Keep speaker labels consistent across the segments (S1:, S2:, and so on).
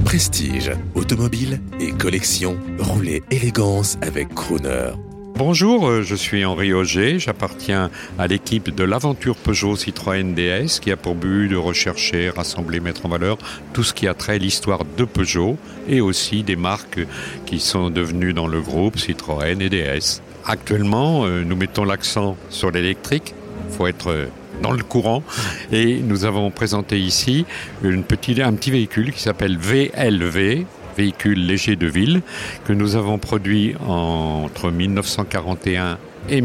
S1: Prestige, automobile et collection, roulez élégance avec Crooner.
S2: Bonjour, je suis Henri Auger, j'appartiens à l'équipe de l'aventure Peugeot Citroën DS qui a pour but de rechercher, rassembler, mettre en valeur tout ce qui a trait à l'histoire de Peugeot et aussi des marques qui sont devenues dans le groupe Citroën et DS. Actuellement, nous mettons l'accent sur l'électrique, il faut être dans le courant et nous avons présenté ici un petit véhicule qui s'appelle VLV, véhicule léger de ville, que nous avons produit entre 1941 et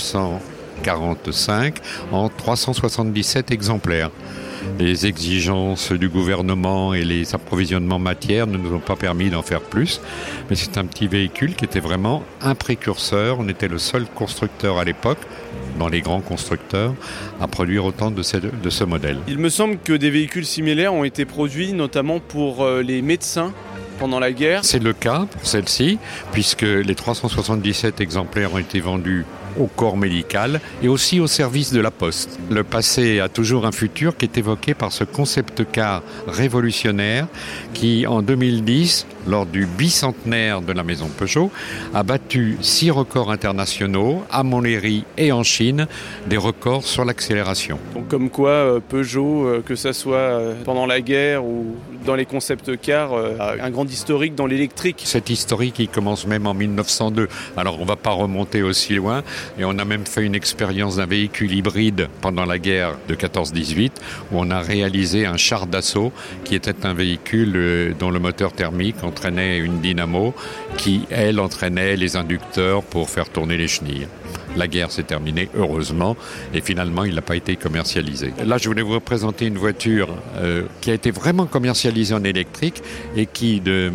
S2: 1945 en 377 exemplaires. Les exigences du gouvernement et les approvisionnements matières ne nous ont pas permis d'en faire plus, mais c'est un petit véhicule qui était vraiment un précurseur. On était le seul constructeur à l'époque, dans les grands constructeurs, à produire autant de ce modèle.
S3: Il me semble que des véhicules similaires ont été produits notamment pour les médecins pendant la guerre.
S2: C'est le cas pour celle-ci, puisque les 377 exemplaires ont été vendus au corps médical et aussi au service de la Poste. Le passé a toujours un futur qui est évoqué par ce concept-car révolutionnaire qui, en 2010, lors du bicentenaire de la maison Peugeot, a battu 6 records internationaux à Montlhéry et en Chine, des records sur l'accélération.
S3: Donc comme quoi Peugeot, que ça soit pendant la guerre ou dans les concept-cars, a un grand historique dans l'électrique.
S2: Cet historique, il commence même en 1902. Alors on ne va pas remonter aussi loin. Et on a même fait une expérience d'un véhicule hybride pendant la guerre de 14-18 où on a réalisé un char d'assaut qui était un véhicule dont le moteur thermique entraînait une dynamo qui, elle, entraînait les inducteurs pour faire tourner les chenilles. La guerre s'est terminée, heureusement, et finalement, il n'a pas été commercialisé. Là, je voulais vous présenter une voiture qui a été vraiment commercialisée en électrique et qui, de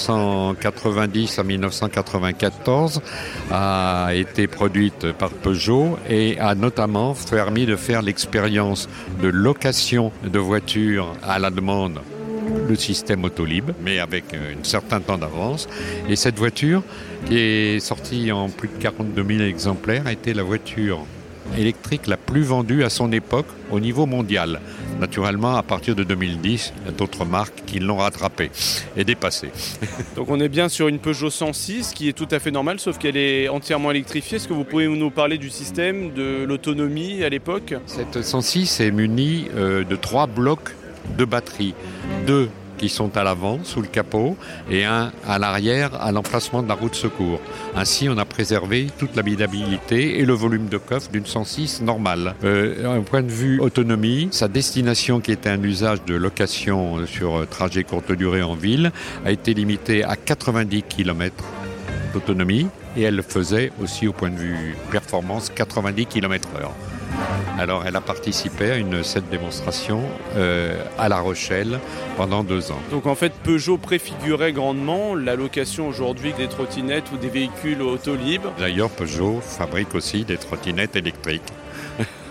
S2: 1990 à 1994, a été produite par Peugeot et a notamment permis de faire l'expérience de location de voitures à la demande, le système Autolib, mais avec un certain temps d'avance. Et cette voiture, qui est sortie en plus de 42 000 exemplaires, a été la voiture électrique la plus vendue à son époque au niveau mondial. Naturellement, à partir de 2010, il y a d'autres marques qui l'ont rattrapée et dépassée.
S3: Donc on est bien sur une Peugeot 106 qui est tout à fait normale, sauf qu'elle est entièrement électrifiée. Est-ce que vous pouvez nous parler du système, de l'autonomie à l'époque ?
S2: Cette 106 est munie de 3 blocs de batterie. 2 qui sont à l'avant, sous le capot, et 1 à l'arrière, à l'emplacement de la roue de secours. Ainsi, on a préservé toute l'habitabilité et le volume de coffre d'une 106 normale. D'un point de vue autonomie, sa destination, qui était un usage de location sur trajet courte durée en ville, a été limitée à 90 km d'autonomie, et elle faisait aussi, au point de vue performance, 90 km/h. Alors, elle a participé à cette démonstration à La Rochelle pendant 2 ans.
S3: Donc en fait, Peugeot préfigurait grandement la location aujourd'hui des trottinettes ou des véhicules Autolib.
S2: D'ailleurs, Peugeot fabrique aussi des trottinettes électriques.